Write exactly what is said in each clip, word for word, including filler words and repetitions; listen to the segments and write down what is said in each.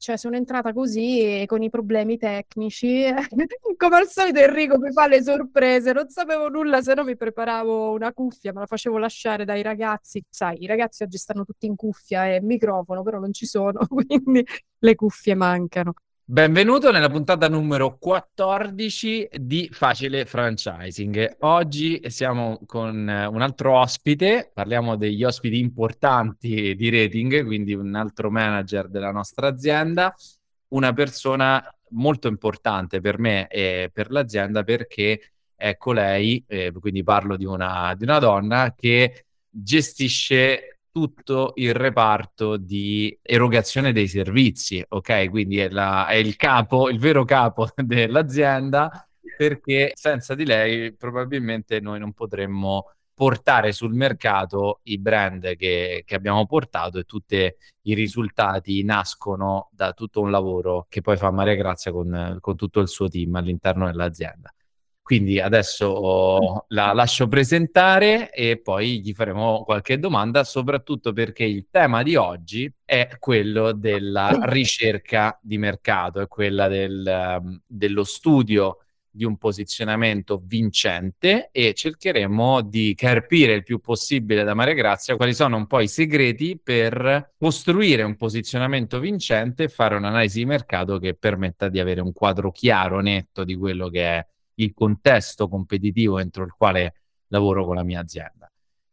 cioè sono entrata così e con i problemi tecnici. Come al solito Enrico mi fa le sorprese, non sapevo nulla, se no mi preparavo una cuffia, me la facevo lasciare dai ragazzi. Sai, i ragazzi oggi stanno tutti in cuffia e microfono, però non ci sono, quindi le cuffie mancano. Benvenuto nella puntata numero quattordici di Facile Franchising. Oggi siamo con eh, un altro ospite, parliamo degli ospiti importanti di Rating, quindi un altro manager della nostra azienda, una persona molto importante per me e per l'azienda perché è colei, eh, quindi parlo di una, di una donna che gestisce tutto il reparto di erogazione dei servizi, ok? Quindi è, la, è il capo, il vero capo dell'azienda, perché senza di lei probabilmente noi non potremmo portare sul mercato i brand che, che abbiamo portato, e tutti i risultati nascono da tutto un lavoro che poi fa Maria Grazia con, con tutto il suo team all'interno dell'azienda. Quindi adesso la lascio presentare e poi gli faremo qualche domanda, soprattutto perché il tema di oggi è quello della ricerca di mercato, è quella del, um, dello studio di un posizionamento vincente, e cercheremo di capire il più possibile da Maria Grazia quali sono un po' i segreti per costruire un posizionamento vincente e fare un'analisi di mercato che permetta di avere un quadro chiaro, netto di quello che è il contesto competitivo entro il quale lavoro con la mia azienda.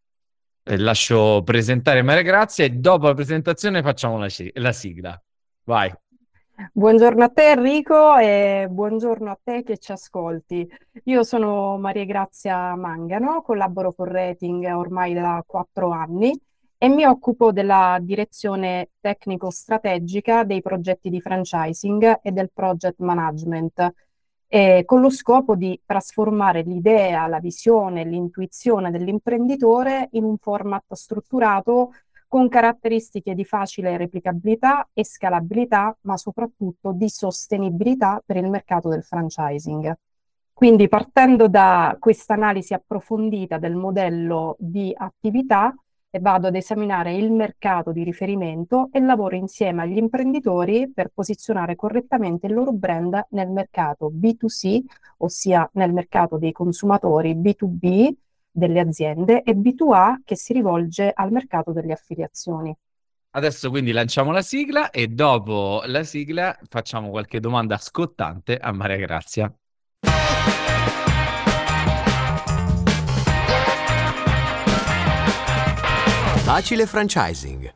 Eh, lascio presentare Maria Grazia e dopo la presentazione facciamo la, la sigla. Vai. Buongiorno a te Enrico e buongiorno a te che ci ascolti. Io sono Maria Grazia Mangano, collaboro con Rating ormai da quattro anni e mi occupo della direzione tecnico-strategica dei progetti di franchising e del project management, eh, con lo scopo di trasformare l'idea, la visione, l'intuizione dell'imprenditore in un format strutturato con caratteristiche di facile replicabilità e scalabilità, ma soprattutto di sostenibilità per il mercato del franchising. Quindi, partendo da questa analisi approfondita del modello di attività, vado ad esaminare il mercato di riferimento e lavoro insieme agli imprenditori per posizionare correttamente il loro brand nel mercato B due C, ossia nel mercato dei consumatori B due B delle aziende, e B due A che si rivolge al mercato delle affiliazioni. Adesso quindi lanciamo la sigla e dopo la sigla facciamo qualche domanda scottante a Maria Grazia. Facile Franchising.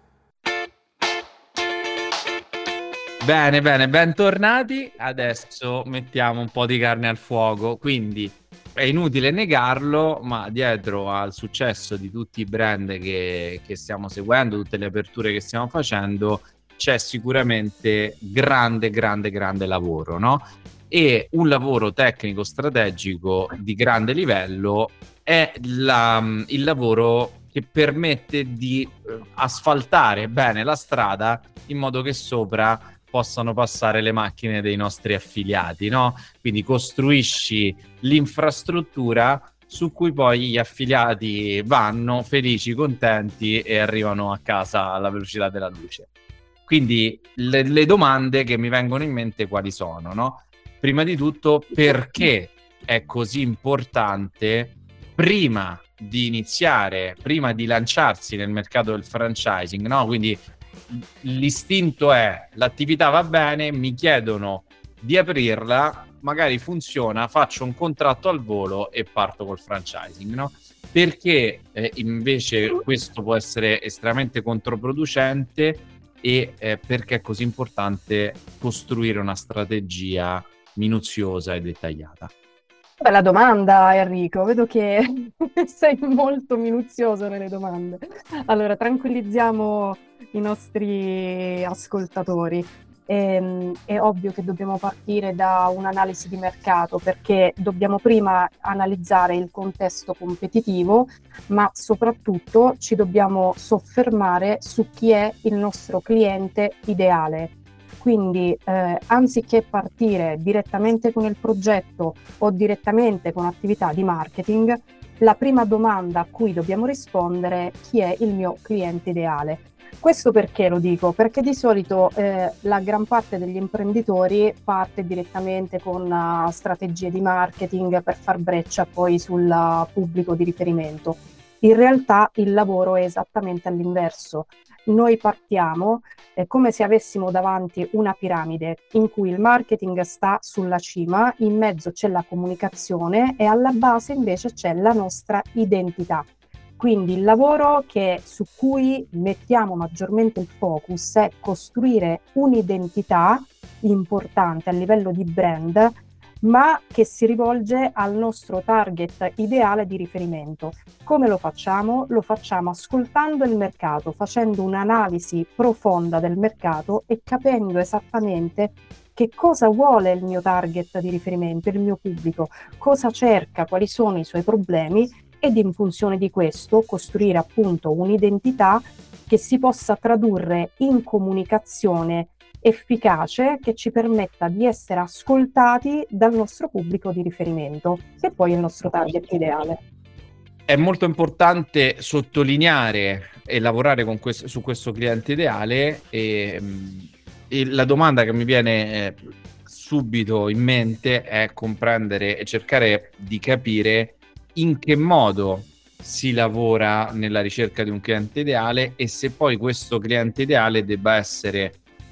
Bene, bene, bentornati. Adesso mettiamo un po' di carne al fuoco. Quindi è inutile negarlo, ma dietro al successo di tutti i brand che, che stiamo seguendo, tutte le aperture che stiamo facendo, c'è sicuramente grande, grande, grande lavoro, no? E un lavoro tecnico strategico di grande livello è la, il lavoro che permette di eh, asfaltare bene la strada in modo che sopra possano passare le macchine dei nostri affiliati, no? Quindi costruisci l'infrastruttura su cui poi gli affiliati vanno felici, contenti e arrivano a casa alla velocità della luce. Quindi le, le domande che mi vengono in mente quali sono, no? Prima di tutto, perché è così importante prima di iniziare, prima di lanciarsi nel mercato del franchising, no? Quindi l'istinto è: l'attività va bene, mi chiedono di aprirla, magari funziona, faccio un contratto al volo e parto col franchising, no? Perché eh, invece questo può essere estremamente controproducente e eh, perché è così importante costruire una strategia minuziosa e dettagliata? Bella domanda Enrico, vedo che sei molto minuzioso nelle domande. Allora, tranquillizziamo i nostri ascoltatori. Ehm, è ovvio che dobbiamo partire da un'analisi di mercato, perché dobbiamo prima analizzare il contesto competitivo, ma soprattutto ci dobbiamo soffermare su chi è il nostro cliente ideale. Quindi eh, anziché partire direttamente con il progetto o direttamente con attività di marketing, la prima domanda a cui dobbiamo rispondere: chi è il mio cliente ideale? Questo perché lo dico? Perché di solito eh, la gran parte degli imprenditori parte direttamente con uh, strategie di marketing per far breccia poi sul uh, pubblico di riferimento. In realtà il lavoro è esattamente all'inverso. Noi partiamo eh, come se avessimo davanti una piramide in cui il marketing sta sulla cima, in mezzo c'è la comunicazione e alla base invece c'è la nostra identità. Quindi il lavoro che, su cui mettiamo maggiormente il focus è costruire un'identità importante a livello di brand, ma che si rivolge al nostro target ideale di riferimento. Come lo facciamo? Lo facciamo ascoltando il mercato, facendo un'analisi profonda del mercato e capendo esattamente che cosa vuole il mio target di riferimento, il mio pubblico, cosa cerca, quali sono i suoi problemi, ed in funzione di questo costruire appunto un'identità che si possa tradurre in comunicazione efficace che ci permetta di essere ascoltati dal nostro pubblico di riferimento, che poi è il nostro target ideale. È molto importante sottolineare e lavorare con questo, su questo cliente ideale e, e la domanda che mi viene eh, subito in mente è comprendere e cercare di capire in che modo si lavora nella ricerca di un cliente ideale e se poi questo cliente ideale debba essere,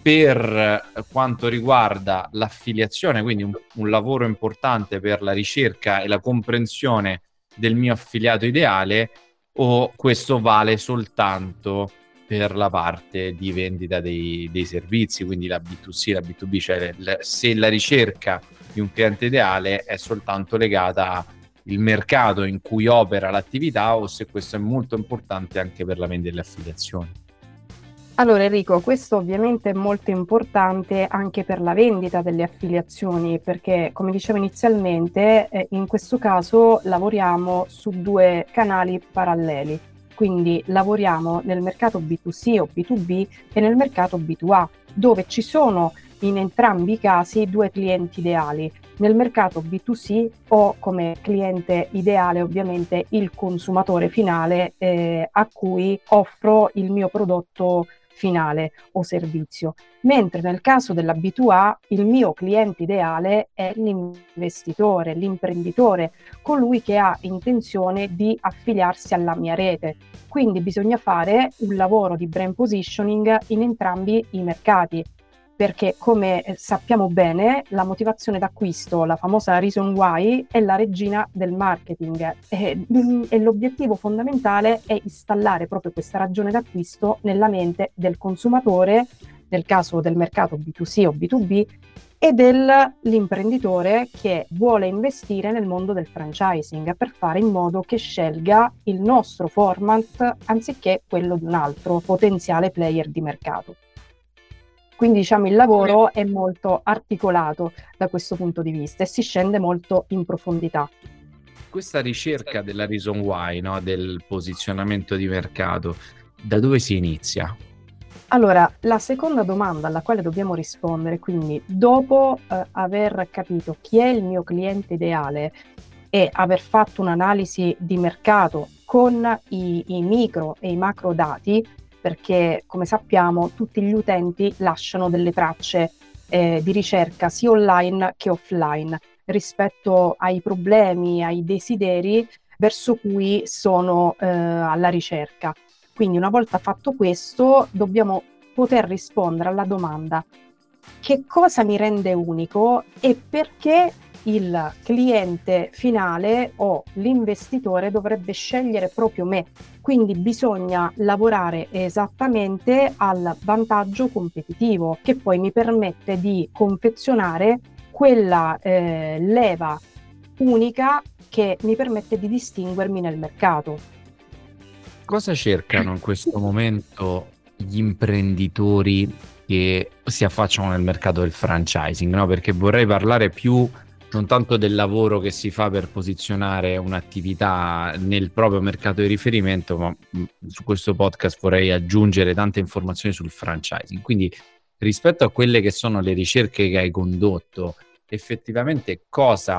per quanto riguarda l'affiliazione, quindi un, un lavoro importante per la ricerca e la comprensione del mio affiliato ideale, o questo vale soltanto per la parte di vendita dei, dei servizi, quindi la B due C, la B due B, cioè le, se la ricerca di un cliente ideale è soltanto legata al mercato in cui opera l'attività o se questo è molto importante anche per la vendita delle affiliazioni. Allora Enrico, questo ovviamente è molto importante anche per la vendita delle affiliazioni, perché come dicevo inizialmente, eh, in questo caso lavoriamo su due canali paralleli, quindi lavoriamo nel mercato B due C o B due B e nel mercato B due A, dove ci sono in entrambi i casi due clienti ideali. Nel mercato B due C ho come cliente ideale ovviamente il consumatore finale eh, a cui offro il mio prodotto finale o servizio, mentre nel caso della B due A il mio cliente ideale è l'investitore, l'imprenditore, colui che ha intenzione di affiliarsi alla mia rete. Quindi bisogna fare un lavoro di brand positioning in entrambi i mercati, perché come sappiamo bene la motivazione d'acquisto, la famosa reason why, è la regina del marketing e, e l'obiettivo fondamentale è installare proprio questa ragione d'acquisto nella mente del consumatore, nel caso del mercato B due C o B due B, e dell'imprenditore che vuole investire nel mondo del franchising per fare in modo che scelga il nostro format anziché quello di un altro potenziale player di mercato. Quindi diciamo il lavoro è molto articolato da questo punto di vista e si scende molto in profondità. Questa ricerca della reason why, no, del posizionamento di mercato, da dove si inizia? Allora, la seconda domanda alla quale dobbiamo rispondere, quindi dopo eh, aver capito chi è il mio cliente ideale e aver fatto un'analisi di mercato con i, i micro e i macro dati, perché come sappiamo tutti gli utenti lasciano delle tracce eh, di ricerca sia online che offline rispetto ai problemi, ai desideri verso cui sono eh, alla ricerca. Quindi una volta fatto questo dobbiamo poter rispondere alla domanda: che cosa mi rende unico e perché il cliente finale o l'investitore dovrebbe scegliere proprio me? Quindi bisogna lavorare esattamente al vantaggio competitivo che poi mi permette di confezionare quella eh, leva unica che mi permette di distinguermi nel mercato. Cosa cercano in questo momento gli imprenditori che si affacciano nel mercato del franchising, no? Perché vorrei parlare più non tanto del lavoro che si fa per posizionare un'attività nel proprio mercato di riferimento, ma su questo podcast vorrei aggiungere tante informazioni sul franchising. Quindi rispetto a quelle che sono le ricerche che hai condotto, effettivamente cosa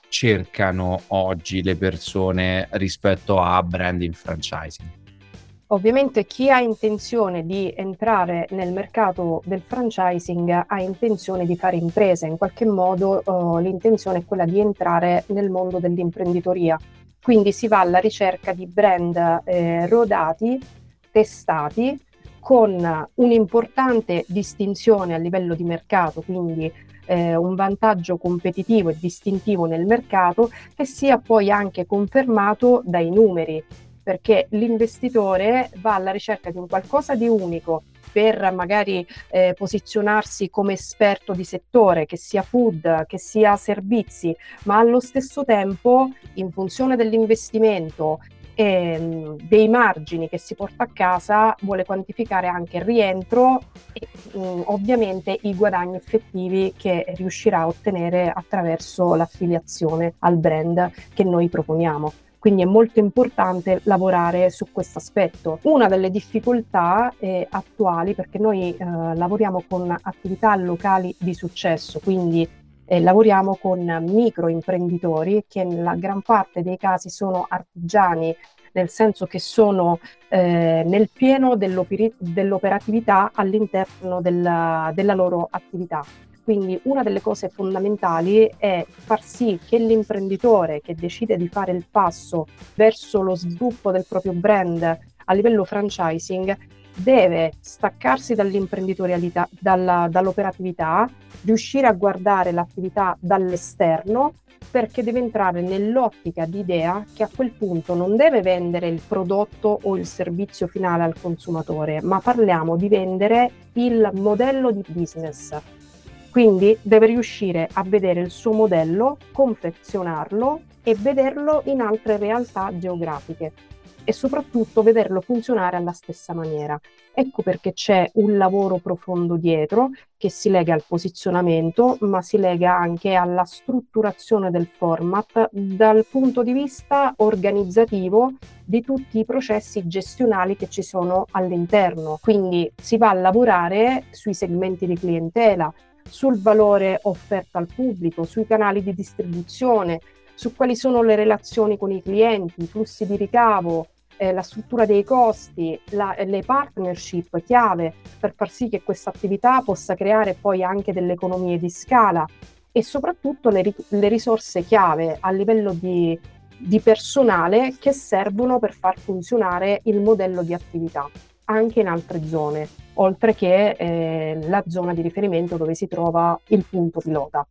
cercano oggi le persone rispetto a branding franchising? Ovviamente chi ha intenzione di entrare nel mercato del franchising ha intenzione di fare impresa, in qualche modo eh, l'intenzione è quella di entrare nel mondo dell'imprenditoria, quindi si va alla ricerca di brand eh, rodati, testati, con un'importante distinzione a livello di mercato, quindi eh, un vantaggio competitivo e distintivo nel mercato, che sia poi anche confermato dai numeri, perché l'investitore va alla ricerca di un qualcosa di unico per magari eh, posizionarsi come esperto di settore, che sia food, che sia servizi, ma allo stesso tempo, in funzione dell'investimento e mh, dei margini che si porta a casa, vuole quantificare anche il rientro e mh, ovviamente i guadagni effettivi che riuscirà a ottenere attraverso l'affiliazione al brand che noi proponiamo. Quindi è molto importante lavorare su questo aspetto. Una delle difficoltà eh, attuali, perché noi eh, lavoriamo con attività locali di successo, quindi eh, lavoriamo con microimprenditori che nella gran parte dei casi sono artigiani, nel senso che sono eh, nel pieno dell'operi- dell'operatività all'interno della, della loro attività. Quindi una delle cose fondamentali è far sì che l'imprenditore che decide di fare il passo verso lo sviluppo del proprio brand a livello franchising deve staccarsi dall'imprenditorialità, dalla, dall'operatività, riuscire a guardare l'attività dall'esterno, perché deve entrare nell'ottica di idea che a quel punto non deve vendere il prodotto o il servizio finale al consumatore, ma parliamo di vendere il modello di business. Quindi deve riuscire a vedere il suo modello, confezionarlo e vederlo in altre realtà geografiche e soprattutto vederlo funzionare alla stessa maniera. Ecco perché c'è un lavoro profondo dietro che si lega al posizionamento, ma si lega anche alla strutturazione del format dal punto di vista organizzativo di tutti i processi gestionali che ci sono all'interno. Quindi si va a lavorare sui segmenti di clientela, sul valore offerto al pubblico, sui canali di distribuzione, su quali sono le relazioni con i clienti, i flussi di ricavo, eh, la struttura dei costi, la, le partnership chiave per far sì che questa attività possa creare poi anche delle economie di scala e soprattutto le, le risorse chiave a livello di, di personale che servono per far funzionare il modello di attività anche in altre zone, oltre che eh, la zona di riferimento dove si trova il punto pilota.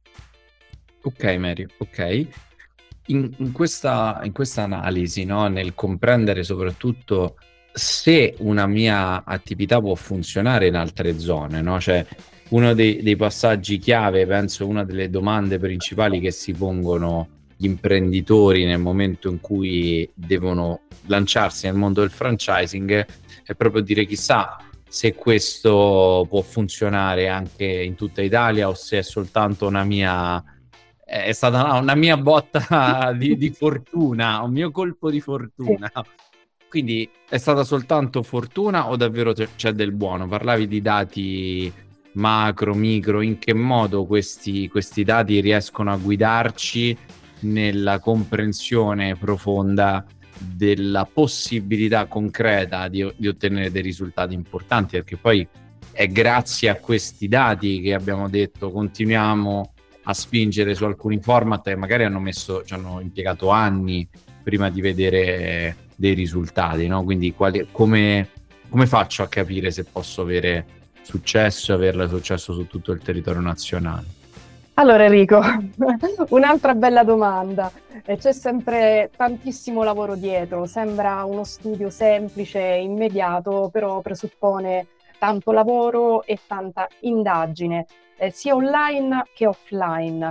Ok, Mary, ok. In, in questa, in questa analisi, no, nel comprendere soprattutto se una mia attività può funzionare in altre zone, no? Cioè, uno dei, dei passaggi chiave, penso una delle domande principali che si pongono gli imprenditori nel momento in cui devono lanciarsi nel mondo del franchising è proprio dire chissà se questo può funzionare anche in tutta Italia o se è soltanto una mia è stata una mia botta di, di fortuna, un mio colpo di fortuna. Quindi è stata soltanto fortuna o davvero c'è del buono? Parlavi di dati macro, micro, in che modo questi, questi dati riescono a guidarci nella comprensione profonda della possibilità concreta di, di ottenere dei risultati importanti, perché poi è grazie a questi dati che abbiamo detto continuiamo a spingere su alcuni format che magari hanno messo, ci hanno impiegato anni prima di vedere dei risultati, no? Quindi quali, come, come faccio a capire se posso avere successo e averlo successo su tutto il territorio nazionale? Allora Enrico, un'altra bella domanda. C'è sempre tantissimo lavoro dietro, sembra uno studio semplice, immediato, però presuppone tanto lavoro e tanta indagine, eh, sia online che offline.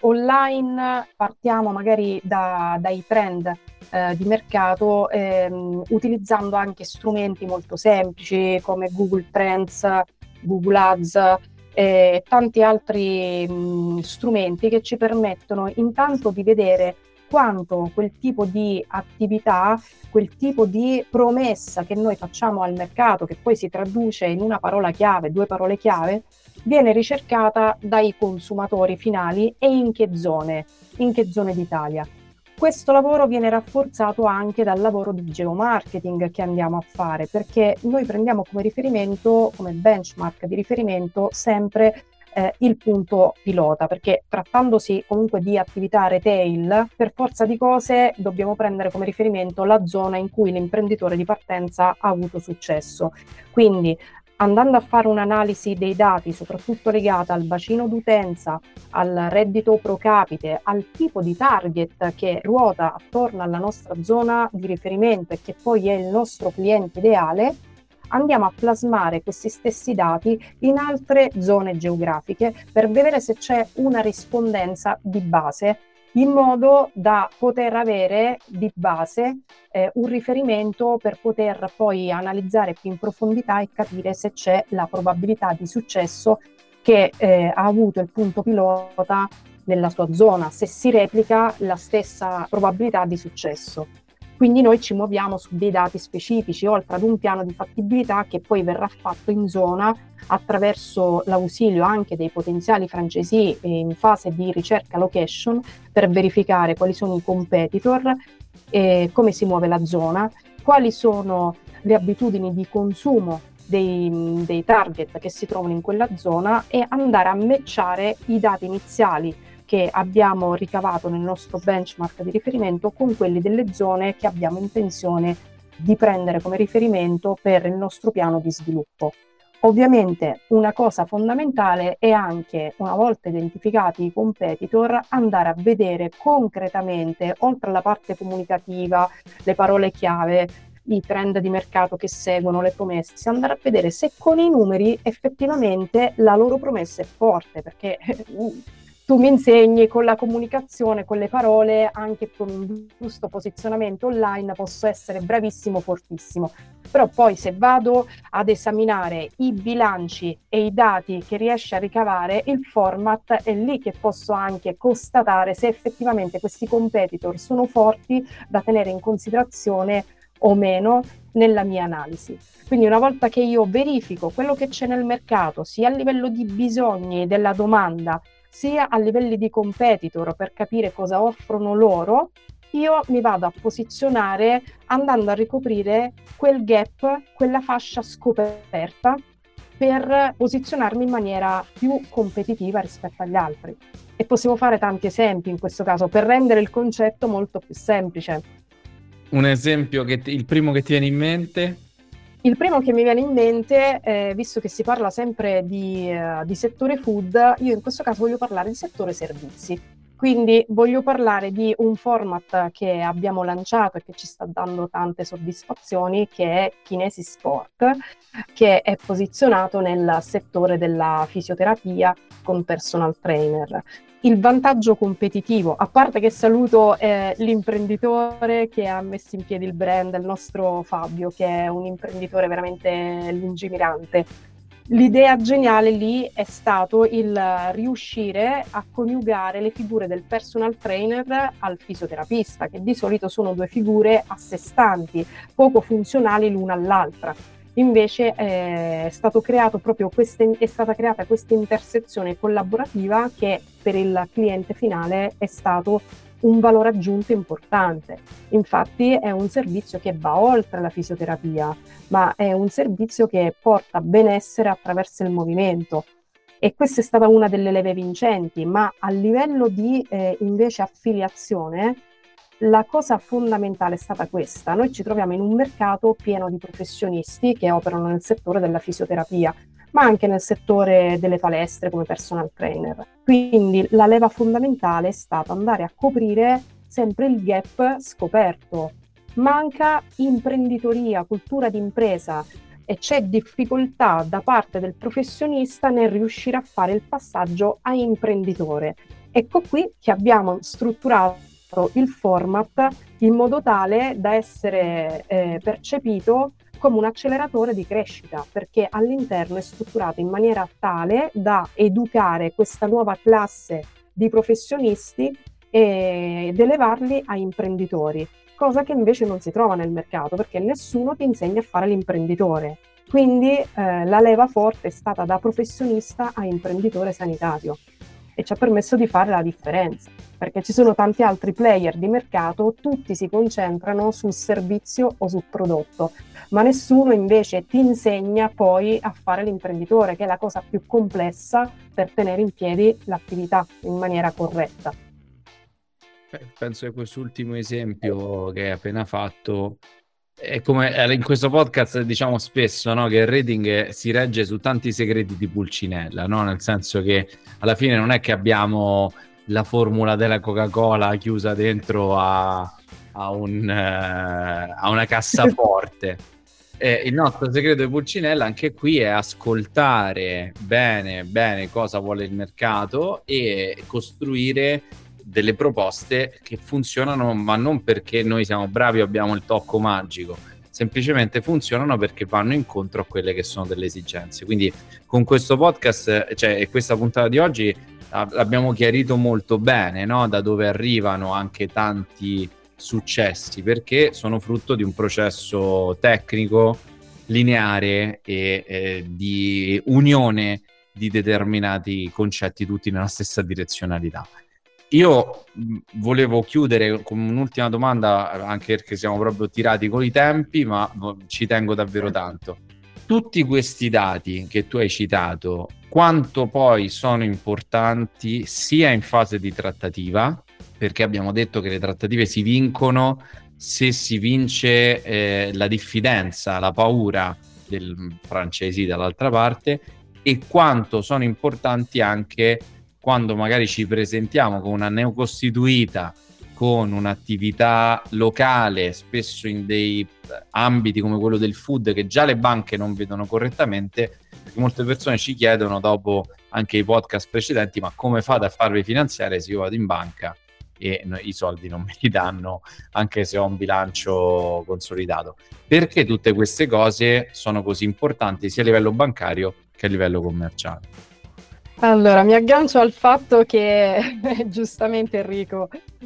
Online partiamo magari da, dai trend eh, di mercato, ehm, utilizzando anche strumenti molto semplici come Google Trends, Google Ads, e tanti altri mh, strumenti che ci permettono intanto di vedere quanto quel tipo di attività, quel tipo di promessa che noi facciamo al mercato, che poi si traduce in una parola chiave, due parole chiave, viene ricercata dai consumatori finali e in che zone, in che zone d'Italia. Questo lavoro viene rafforzato anche dal lavoro di geomarketing che andiamo a fare, perché noi prendiamo come riferimento, come benchmark di riferimento, sempre eh, il punto pilota, perché trattandosi comunque di attività retail, per forza di cose dobbiamo prendere come riferimento la zona in cui l'imprenditore di partenza ha avuto successo. Quindi, andando a fare un'analisi dei dati, soprattutto legata al bacino d'utenza, al reddito pro capite, al tipo di target che ruota attorno alla nostra zona di riferimento e che poi è il nostro cliente ideale, andiamo a plasmare questi stessi dati in altre zone geografiche per vedere se c'è una rispondenza di base, in modo da poter avere di base eh, un riferimento per poter poi analizzare più in profondità e capire se c'è la probabilità di successo che eh, ha avuto il punto pilota nella sua zona, se si replica la stessa probabilità di successo. Quindi noi ci muoviamo su dei dati specifici, oltre ad un piano di fattibilità che poi verrà fatto in zona attraverso l'ausilio anche dei potenziali francesi in fase di ricerca location per verificare quali sono i competitor, eh, come si muove la zona, quali sono le abitudini di consumo dei, dei target che si trovano in quella zona e andare a matchare i dati iniziali che abbiamo ricavato nel nostro benchmark di riferimento con quelli delle zone che abbiamo intenzione di prendere come riferimento per il nostro piano di sviluppo. Ovviamente una cosa fondamentale è anche, una volta identificati i competitor, andare a vedere concretamente, oltre alla parte comunicativa, le parole chiave, i trend di mercato che seguono, le promesse, andare a vedere se con i numeri effettivamente la loro promessa è forte, perché tu mi insegni con la comunicazione, con le parole, anche con un giusto posizionamento online posso essere bravissimo, fortissimo. Però poi se vado ad esaminare i bilanci e i dati che riesce a ricavare, il format è lì che posso anche constatare se effettivamente questi competitor sono forti da tenere in considerazione o meno nella mia analisi. Quindi una volta che io verifico quello che c'è nel mercato, sia a livello di bisogni della domanda, sia a livelli di competitor per capire cosa offrono loro, io mi vado a posizionare andando a ricoprire quel gap, quella fascia scoperta per posizionarmi in maniera più competitiva rispetto agli altri. E possiamo fare tanti esempi in questo caso per rendere il concetto molto più semplice. Un esempio, che ti, il primo che ti viene in mente? Il primo che mi viene in mente, eh, visto che si parla sempre di, uh, di settore food, io in questo caso voglio parlare di settore servizi. Quindi voglio parlare di un format che abbiamo lanciato e che ci sta dando tante soddisfazioni, che è Kinesi Sport, che è posizionato nel settore della fisioterapia con personal trainer. Il vantaggio competitivo, a parte che saluto eh, l'imprenditore che ha messo in piedi il brand, il nostro Fabio, che è un imprenditore veramente lungimirante. L'idea geniale lì è stato il riuscire a coniugare le figure del personal trainer al fisioterapista, che di solito sono due figure a sé stanti, poco funzionali l'una all'altra. Invece è stato creato proprio questa, è stata creata questa intersezione collaborativa che per il cliente finale è stato un valore aggiunto importante. Infatti è un servizio che va oltre la fisioterapia, ma è un servizio che porta benessere attraverso il movimento. E questa è stata una delle leve vincenti, ma a livello di eh, invece affiliazione, la cosa fondamentale è stata questa. Noi ci troviamo in un mercato pieno di professionisti che operano nel settore della fisioterapia, ma anche nel settore delle palestre come personal trainer. Quindi la leva fondamentale è stata andare a coprire sempre il gap scoperto. Manca imprenditoria, cultura d'impresa e c'è difficoltà da parte del professionista nel riuscire a fare il passaggio a imprenditore. Ecco qui che abbiamo strutturato il format in modo tale da essere eh, percepito come un acceleratore di crescita, perché all'interno è strutturato in maniera tale da educare questa nuova classe di professionisti e- ed elevarli a imprenditori, cosa che invece non si trova nel mercato perché nessuno ti insegna a fare l'imprenditore. Quindi eh, la leva forte è stata da professionista a imprenditore sanitario e ci ha permesso di fare la differenza, perché ci sono tanti altri player di mercato, tutti si concentrano sul servizio o sul prodotto, ma nessuno invece ti insegna poi a fare l'imprenditore, che è la cosa più complessa per tenere in piedi l'attività in maniera corretta. Beh, penso che quest'ultimo esempio che hai appena fatto è come eh, in questo podcast diciamo spesso, no, che il rating si regge su tanti segreti di Pulcinella, no? Nel senso che alla fine non è che abbiamo la formula della Coca-Cola chiusa dentro a, a, un, eh, a una cassaforte. Eh, il nostro segreto di Pulcinella anche qui è ascoltare bene, bene cosa vuole il mercato e costruire delle proposte che funzionano, ma non perché noi siamo bravi o abbiamo il tocco magico, semplicemente funzionano perché vanno incontro a quelle che sono delle esigenze. Quindi con questo podcast, cioè e questa puntata di oggi, abbiamo chiarito molto bene, no? Da dove arrivano anche tanti successi, perché sono frutto di un processo tecnico, lineare e eh, di unione di determinati concetti tutti nella stessa direzionalità. Io mh, volevo chiudere con un'ultima domanda, anche perché siamo proprio tirati con i tempi, ma no, ci tengo davvero tanto. Tutti questi dati che tu hai citato, quanto poi sono importanti sia in fase di trattativa, perché abbiamo detto che le trattative si vincono se si vince eh, la diffidenza, la paura del franchisee dall'altra parte, e quanto sono importanti anche quando magari ci presentiamo con una neocostituita, con un'attività locale, spesso in dei ambiti come quello del food che già le banche non vedono correttamente, perché molte persone ci chiedono dopo anche i podcast precedenti: ma come fate a farvi finanziare se io vado in banca e no, i soldi non me li danno anche se ho un bilancio consolidato? Perché tutte queste cose sono così importanti sia a livello bancario che a livello commerciale? Allora, mi aggancio al fatto che giustamente Enrico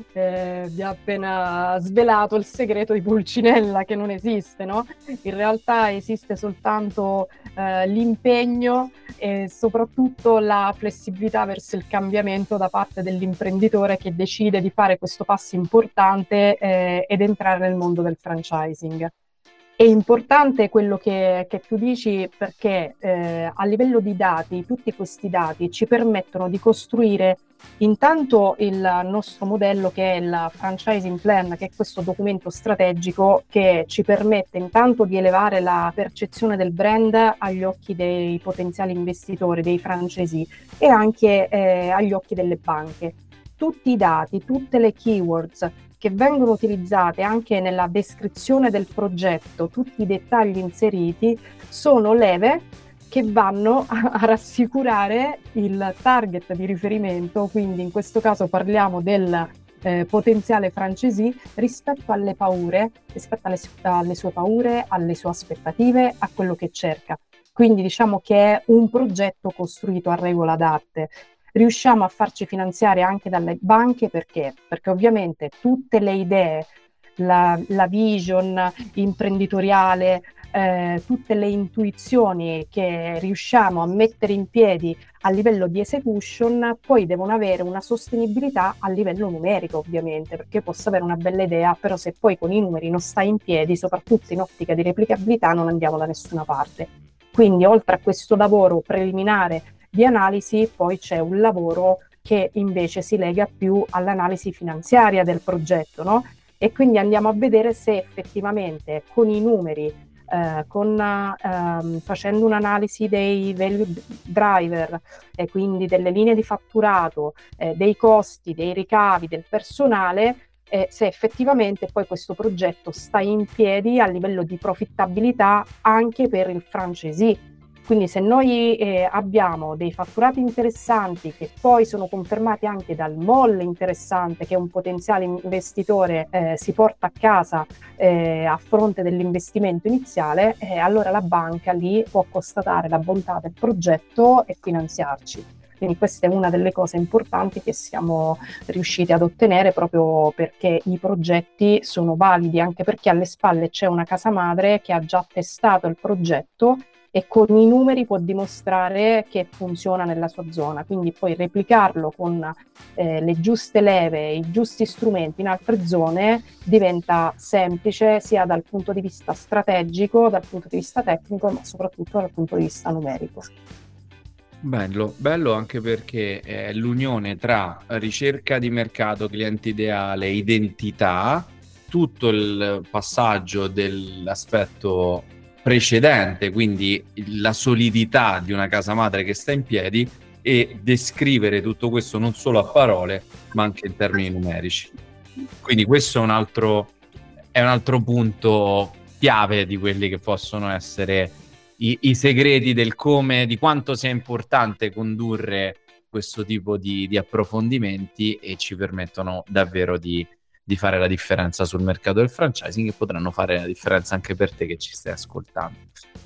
eh, vi ha appena svelato il segreto di Pulcinella, che non esiste, no? In realtà esiste soltanto eh, l'impegno e soprattutto la flessibilità verso il cambiamento da parte dell'imprenditore che decide di fare questo passo importante eh, ed entrare nel mondo del franchising. È importante quello che, che tu dici perché eh, a livello di dati, tutti questi dati ci permettono di costruire intanto il nostro modello, che è il franchising plan, che è questo documento strategico che ci permette intanto di elevare la percezione del brand agli occhi dei potenziali investitori, dei franchisee e anche eh, agli occhi delle banche. Tutti i dati, tutte le keywords che vengono utilizzate anche nella descrizione del progetto, tutti i dettagli inseriti, sono leve che vanno a, a rassicurare il target di riferimento, quindi in questo caso parliamo del eh, potenziale franchisee, rispetto alle paure, rispetto alle, alle sue paure, alle sue aspettative, a quello che cerca. Quindi diciamo che è un progetto costruito a regola d'arte. Riusciamo a farci finanziare anche dalle banche perché? Perché ovviamente tutte le idee, la, la vision imprenditoriale, eh, tutte le intuizioni che riusciamo a mettere in piedi a livello di execution poi devono avere una sostenibilità a livello numerico, ovviamente, perché posso avere una bella idea, però se poi con i numeri non sta in piedi, soprattutto in ottica di replicabilità, non andiamo da nessuna parte. Quindi oltre a questo lavoro preliminare di analisi, poi c'è un lavoro che invece si lega più all'analisi finanziaria del progetto, no? E quindi andiamo a vedere se effettivamente con i numeri, eh, con, ehm, facendo un'analisi dei value driver, e quindi delle linee di fatturato, eh, dei costi, dei ricavi, del personale, eh, se effettivamente poi questo progetto sta in piedi a livello di profittabilità anche per il franchisee. Quindi se noi eh, abbiamo dei fatturati interessanti che poi sono confermati anche dal molle interessante che un potenziale investitore eh, si porta a casa eh, a fronte dell'investimento iniziale, eh, allora la banca lì può constatare la bontà del progetto e finanziarci. Quindi questa è una delle cose importanti che siamo riusciti ad ottenere, proprio perché i progetti sono validi, anche perché alle spalle c'è una casa madre che ha già testato il progetto e con i numeri può dimostrare che funziona nella sua zona, quindi poi replicarlo con eh, le giuste leve, i giusti strumenti in altre zone diventa semplice sia dal punto di vista strategico, dal punto di vista tecnico, ma soprattutto dal punto di vista numerico. Bello, bello anche perché è l'unione tra ricerca di mercato, cliente ideale, identità, tutto il passaggio dell'aspetto precedente, quindi la solidità di una casa madre che sta in piedi, e descrivere tutto questo non solo a parole ma anche in termini numerici. Quindi questo è un altro, è un altro punto chiave di quelli che possono essere i, i segreti del come, di quanto sia importante condurre questo tipo di, di approfondimenti, e ci permettono davvero di di fare la differenza sul mercato del franchising, e potranno fare la differenza anche per te che ci stai ascoltando.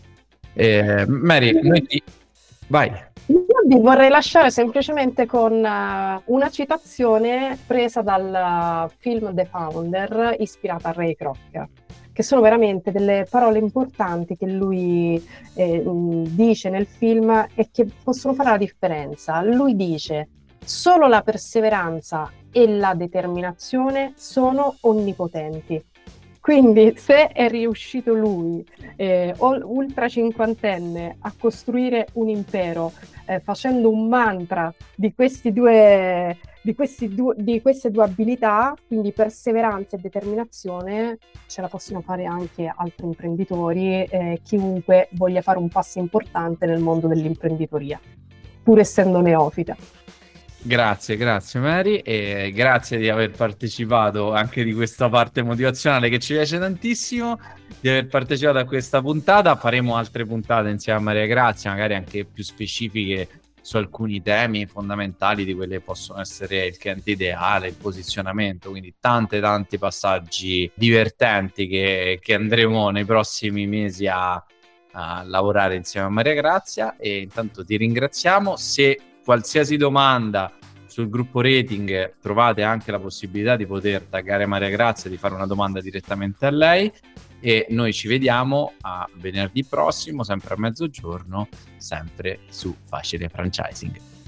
Eh, Mary, noi ti... vai. Io vi vorrei lasciare semplicemente con uh, una citazione presa dal uh, film The Founder, ispirata a Ray Kroc, che sono veramente delle parole importanti che lui eh, dice nel film e che possono fare la differenza. Lui dice: solo la perseveranza e la determinazione sono onnipotenti. Quindi se è riuscito lui, eh, ultra cinquantenne, a costruire un impero eh, facendo un mantra di questi due di, questi due, di queste due abilità, quindi perseveranza e determinazione, ce la possono fare anche altri imprenditori, eh, chiunque voglia fare un passo importante nel mondo dell'imprenditoria, pur essendo neofita. Grazie, grazie Mary, e grazie di aver partecipato anche di questa parte motivazionale che ci piace tantissimo, di aver partecipato a questa puntata. Faremo altre puntate insieme a Maria Grazia, magari anche più specifiche su alcuni temi fondamentali di quelli che possono essere il cliente ideale, il posizionamento, quindi tante tanti passaggi divertenti che, che andremo nei prossimi mesi a, a lavorare insieme a Maria Grazia. E intanto ti ringraziamo. Se qualsiasi domanda sul gruppo rating, trovate anche la possibilità di poter taggare Maria Grazia, di fare una domanda direttamente a lei, e noi ci vediamo a venerdì prossimo, sempre a mezzogiorno, sempre su Facile Franchising.